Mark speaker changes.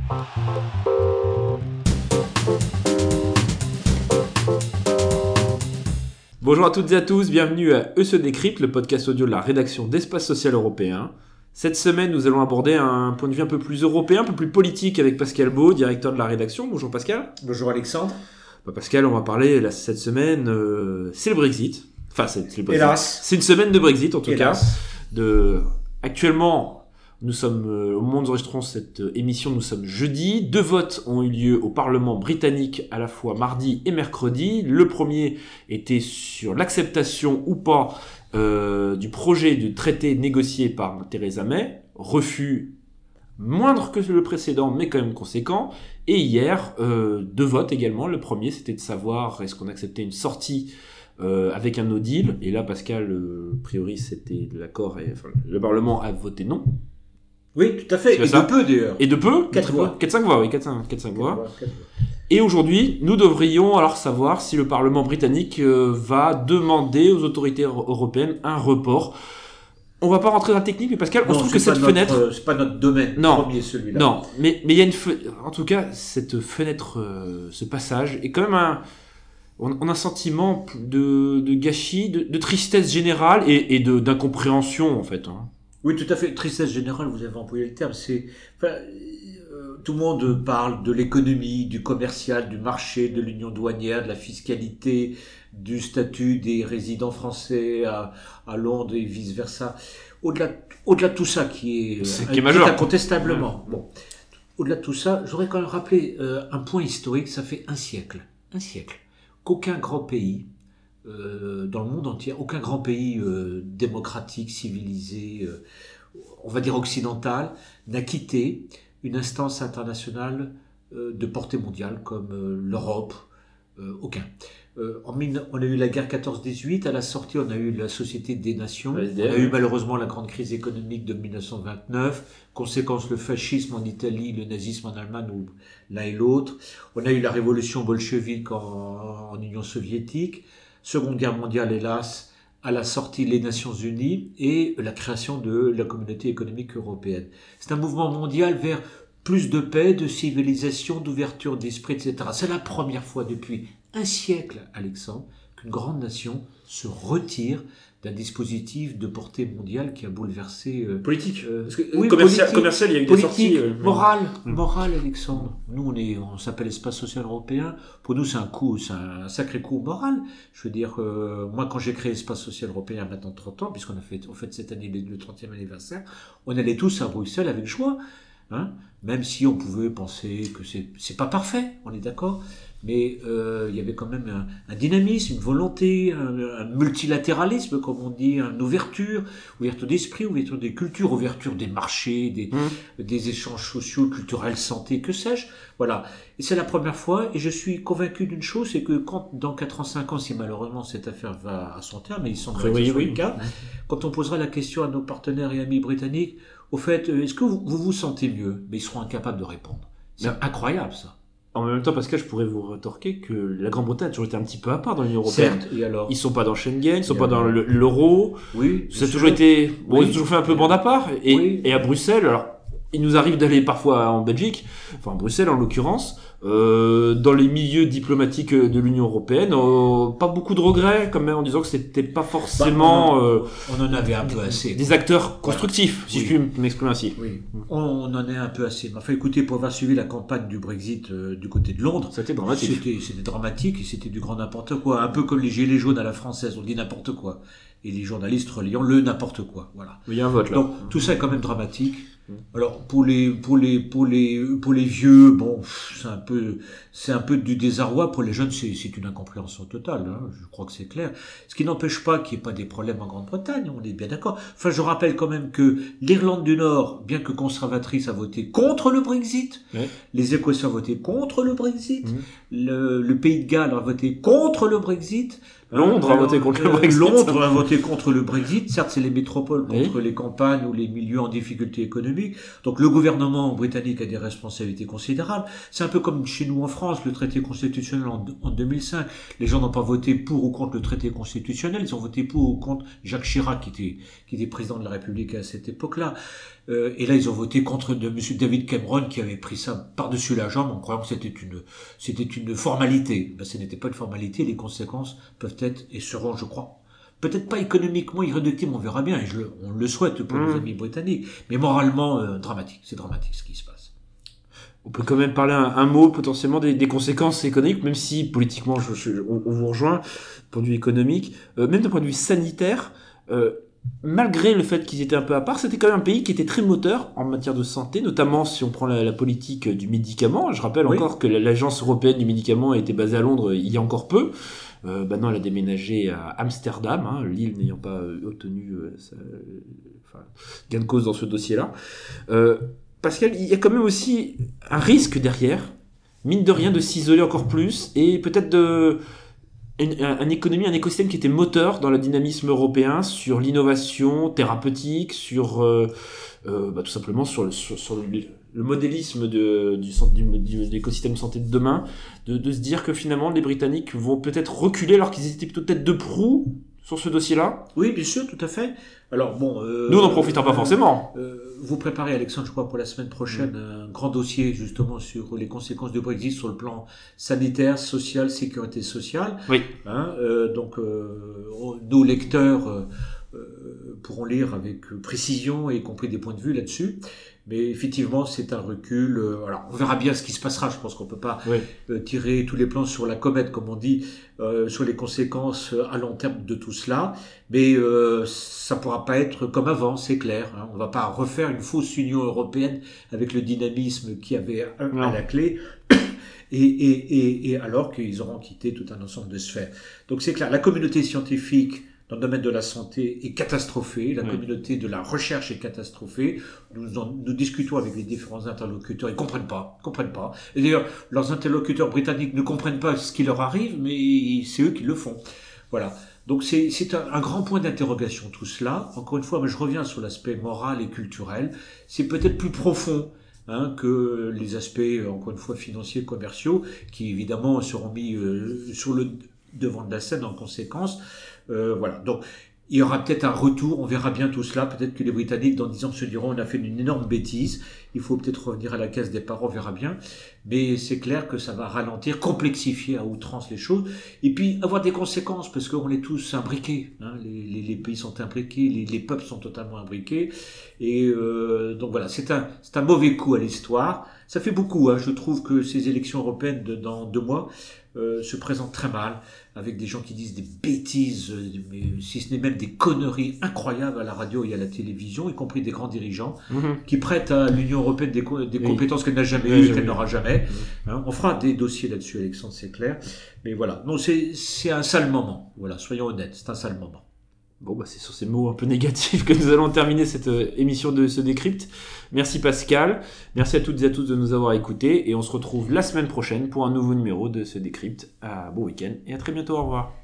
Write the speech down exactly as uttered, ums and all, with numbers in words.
Speaker 1: Bonjour à toutes et à tous, bienvenue à E se décrypte, le podcast audio de la rédaction d'Espace Social Européen. Cette semaine, nous allons aborder un point de vue un peu plus européen, un peu plus politique avec Pascal Beau, directeur de la rédaction. Bonjour Pascal.
Speaker 2: Bonjour Alexandre.
Speaker 1: Bah Pascal, on va parler là, cette semaine, euh, c'est le Brexit. Enfin, c'est, c'est le Brexit.
Speaker 2: Hélas.
Speaker 1: C'est une semaine de Brexit en tout
Speaker 2: Hélas.
Speaker 1: cas. De... Actuellement, nous sommes, euh, au moment où nous enregistrons cette euh, émission, nous sommes jeudi. Deux votes ont eu lieu au Parlement britannique à la fois mardi et mercredi. Le premier était sur l'acceptation ou pas euh, du projet de traité négocié par Theresa May. Refus moindre que le précédent, mais quand même conséquent. Et hier, euh, deux votes également. Le premier, c'était de savoir est-ce qu'on acceptait une sortie euh, avec un no deal. Et là, Pascal, euh, a priori, c'était l'accord. Et, enfin, le Parlement a voté non.
Speaker 2: Oui, tout à fait. Et
Speaker 1: ça.
Speaker 2: de peu d'ailleurs.
Speaker 1: Et de peu.
Speaker 2: Quatre voix.
Speaker 1: quatre cinq voix, oui, quatre cinq voix.
Speaker 2: voix.
Speaker 1: Et aujourd'hui, nous devrions alors savoir si le Parlement britannique euh, va demander aux autorités européennes un report. On va pas rentrer dans la technique, mais Pascal,
Speaker 2: non,
Speaker 1: on trouve que cette
Speaker 2: notre,
Speaker 1: fenêtre...
Speaker 2: Euh, c'est pas notre domaine
Speaker 1: non,
Speaker 2: premier, celui-là.
Speaker 1: Non, mais mais il y a une fe... en tout cas, cette fenêtre, euh, ce passage est quand même un... On, on a un sentiment de, de gâchis, de, de tristesse générale et, et de, d'incompréhension, en fait. Hein.
Speaker 2: Oui, tout à fait. Tristesse générale, vous avez employé le terme. C'est, enfin, euh, tout le monde parle de l'économie, du commercial, du marché, de l'union douanière, de la fiscalité, du statut des résidents français à, à Londres et vice-versa. Au-delà, au-delà de tout ça, qui est,
Speaker 1: C'est
Speaker 2: euh,
Speaker 1: qui est majeur.
Speaker 2: incontestablement. Ouais. Bon. Au-delà de tout ça, je voudrais quand même rappeler euh, un point historique. Ça fait un siècle, un siècle, qu'aucun grand pays, Euh, dans le monde entier, aucun grand pays euh, démocratique, civilisé, euh, on va dire occidental, n'a quitté une instance internationale euh, de portée mondiale comme euh, l'Europe, euh, aucun. Euh, en mille, on a eu la guerre quatorze dix-huit, à la sortie on a eu la Société des Nations,
Speaker 1: S D N,
Speaker 2: on a eu malheureusement la grande crise économique de mille neuf cent vingt-neuf, conséquence le fascisme en Italie, le nazisme en Allemagne, ou l'un et l'autre, on a eu la révolution bolchevique en, en Union soviétique, Seconde Guerre mondiale, hélas, à la sortie les Nations Unies et la création de la Communauté économique européenne. C'est un mouvement mondial vers plus de paix, de civilisation, d'ouverture d'esprit, et cetera. C'est la première fois depuis un siècle, Alexandre, qu'une grande nation se retire d'un dispositif de portée mondiale qui a bouleversé... Euh,
Speaker 1: politique.
Speaker 2: Euh,
Speaker 1: Parce que,
Speaker 2: oui,
Speaker 1: commercial,
Speaker 2: politique,
Speaker 1: commercial, il y a eu
Speaker 2: politique,
Speaker 1: des sorties... Euh,
Speaker 2: morale,
Speaker 1: mmh.
Speaker 2: morale, Alexandre. Nous, on est, on s'appelle Espace Social Européen. Pour nous, c'est un coup, c'est un sacré coup moral. Je veux dire, euh, moi, quand j'ai créé Espace Social Européen, il y a maintenant trente ans, puisqu'on a fait, on fait cette année le trentième anniversaire, on allait tous à Bruxelles avec joie. Hein, même si on pouvait penser que c'est, c'est pas parfait, on est d'accord, mais euh, il y avait quand même un, un dynamisme, une volonté, un, un multilatéralisme, comme on dit, une ouverture, ouverture d'esprit, ouverture des cultures, ouverture des marchés, des, mmh. des échanges sociaux, culturels, santé, que sais-je. Voilà. Et c'est la première fois, et je suis convaincu d'une chose, c'est que quand, dans quatre ans, cinq ans, si malheureusement cette affaire va à son terme, et il semble
Speaker 1: oui,
Speaker 2: que ce soit
Speaker 1: oui.
Speaker 2: le cas, quand on posera la question à nos partenaires et amis britanniques, au fait, est-ce que vous vous, vous sentez mieux? Mais ils seront incapables de répondre. C'est mais, incroyable, ça.
Speaker 1: En même temps, Pascal, je pourrais vous rétorquer que la Grande-Bretagne a toujours été un petit peu à part dans l'Union européenne.
Speaker 2: Certes, et alors?
Speaker 1: Ils sont pas dans Schengen, ils sont
Speaker 2: et
Speaker 1: pas
Speaker 2: alors?
Speaker 1: dans l'euro.
Speaker 2: Oui.
Speaker 1: Ça a toujours été, bon,
Speaker 2: oui.
Speaker 1: ils ont toujours fait un peu bande à part. Et,
Speaker 2: oui.
Speaker 1: et à Bruxelles, alors, il nous arrive d'aller parfois en Belgique, enfin en Bruxelles en l'occurrence, euh, dans les milieux diplomatiques de l'Union européenne, euh, pas beaucoup de regrets quand même en disant que c'était pas forcément
Speaker 2: bah, on, en,
Speaker 1: euh,
Speaker 2: on en avait un peu assez.
Speaker 1: Des acteurs constructifs, voilà. si
Speaker 2: oui.
Speaker 1: je puis m'exprimer ainsi.
Speaker 2: Oui, on en est un peu assez. Mais enfin, écoutez, pour avoir suivi la campagne du Brexit euh, du côté de Londres,
Speaker 1: c'était dramatique.
Speaker 2: C'était, c'était dramatique et c'était du grand n'importe quoi, un peu comme les gilets jaunes à la française, on dit n'importe quoi. Et les journalistes reliant le n'importe quoi, voilà.
Speaker 1: Il y a un vote là.
Speaker 2: Donc tout ça est quand même dramatique. Alors pour les pour les pour les pour les vieux, bon, c'est un peu c'est un peu du désarroi. Pour les jeunes, c'est c'est une incompréhension totale. Hein, je crois que c'est clair. Ce qui n'empêche pas qu'il n'y ait pas des problèmes en Grande-Bretagne. On est bien d'accord. Enfin, je rappelle quand même que l'Irlande du Nord, bien que conservatrice, a voté contre le Brexit.
Speaker 1: Ouais.
Speaker 2: Les Écossais ont voté contre le Brexit.
Speaker 1: Mmh.
Speaker 2: Le, le Pays de Galles a voté contre le Brexit.
Speaker 1: Londres a voté contre le
Speaker 2: euh,
Speaker 1: Brexit.
Speaker 2: Londres a voté contre le Brexit. Certes, c'est les métropoles contre
Speaker 1: oui.
Speaker 2: les campagnes ou les milieux en difficulté économique. économique. Donc le gouvernement britannique a des responsabilités considérables. C'est un peu comme chez nous en France, le traité constitutionnel en, en deux mille cinq. Les gens n'ont pas voté pour ou contre le traité constitutionnel, ils ont voté pour ou contre Jacques Chirac, qui était, qui était président de la République à cette époque-là. Euh, et là, ils ont voté contre de M. David Cameron, qui avait pris ça par-dessus la jambe en croyant que c'était une, c'était une formalité. Ben, ce n'était pas une formalité. Les conséquences peuvent être et seront, je crois, peut-être pas économiquement irréductibles, on verra bien, et je le, on le souhaite pour mmh. nos amis britanniques, mais moralement euh, dramatique. C'est dramatique ce qui se passe.
Speaker 1: On peut quand même parler un, un mot potentiellement des, des conséquences économiques, même si politiquement je, je, on, on vous rejoint, point de vue économique, euh, même d'un point de vue sanitaire. Euh, Malgré le fait qu'ils étaient un peu à part, c'était quand même un pays qui était très moteur en matière de santé, notamment si on prend la, la politique du médicament. Je rappelle oui. encore que l'Agence européenne du médicament était basée à Londres il y a encore peu. Euh, maintenant, elle a déménagé à Amsterdam, hein, l'île n'ayant pas euh, obtenu euh, sa, euh, enfin, gain de cause dans ce dossier-là. Euh, Pascal, il y a quand même aussi un risque derrière, mine de rien, de s'isoler encore plus et peut-être de... Une, une économie, un écosystème qui était moteur dans le dynamisme européen sur l'innovation thérapeutique, sur euh, euh, bah, tout simplement sur le, sur, sur le, le modélisme de, du, du, du, de l'écosystème de santé de demain, de, de se dire que finalement les Britanniques vont peut-être reculer alors qu'ils étaient plutôt tête de proue sur ce dossier-là.
Speaker 2: Oui, bien sûr, tout à fait. Alors bon, euh,
Speaker 1: nous n'en profitons euh, pas forcément.
Speaker 2: Euh, vous préparez, Alexandre, je crois, pour la semaine prochaine, mmh. un grand dossier justement sur les conséquences du Brexit sur le plan sanitaire, social, sécurité sociale.
Speaker 1: Oui.
Speaker 2: Hein, euh, donc, euh, nos lecteurs euh, pourront lire avec précision et y compris des points de vue là-dessus. Mais effectivement, c'est un recul. Euh, alors, on verra bien ce qui se passera. Je pense qu'on peut pas oui. euh, tirer tous les plans sur la comète, comme on dit, euh, sur les conséquences à long terme de tout cela. Mais euh, ça pourra pas être comme avant, c'est clair. Hein. On va pas refaire une fausse Union européenne avec le dynamisme qui avait à, à la clé. Et, et, et, et alors qu'ils auront quitté tout un ensemble de sphères. Donc c'est clair. La communauté scientifique dans le domaine de la santé est catastrophée, la oui. communauté de la recherche est catastrophée. Nous, en, nous discutons avec les différents interlocuteurs, ils comprennent pas, ils comprennent pas. Et d'ailleurs, leurs interlocuteurs britanniques ne comprennent pas ce qui leur arrive, mais c'est eux qui le font. Voilà. Donc c'est, c'est un, un grand point d'interrogation tout cela. Encore une fois, mais je reviens sur l'aspect moral et culturel. C'est peut-être plus profond. Hein, que les aspects, encore une fois, financiers, commerciaux, qui évidemment seront mis euh, sur le devant de la scène en conséquence. Euh, voilà. Donc, il y aura peut-être un retour, on verra bien tout cela. Peut-être que les Britanniques, dans dix ans, se diront on a fait une énorme bêtise. Il faut peut-être revenir à la case départ, on verra bien. Mais c'est clair que ça va ralentir, complexifier à outrance les choses. Et puis, avoir des conséquences, parce qu'on est tous imbriqués. Hein. Les, les, les pays sont imbriqués, les, les peuples sont totalement imbriqués. Et euh, donc voilà, c'est un, c'est un mauvais coup à l'histoire. Ça fait beaucoup, hein. Je trouve que ces élections européennes de, dans deux mois euh, se présentent très mal, avec des gens qui disent des bêtises, mais si ce n'est même des conneries incroyables à la radio et à la télévision, y compris des grands dirigeants, mmh. qui prêtent à l'Union européenne des, co- des oui. compétences qu'elle n'a jamais oui, eues et qu'elle oui. n'aura jamais. Mmh. Hein, on fera des dossiers là-dessus, Alexandre, c'est clair. Mais voilà, non, c'est, c'est un sale moment. Voilà, soyons honnêtes, c'est un sale moment.
Speaker 1: Bon, bah, c'est sur ces mots un peu négatifs que nous allons terminer cette euh, émission de ce décrypte. Merci Pascal. Merci à toutes et à tous de nous avoir écoutés. Et on se retrouve la semaine prochaine pour un nouveau numéro de ce décrypte. À bon week-end et à très bientôt. Au revoir.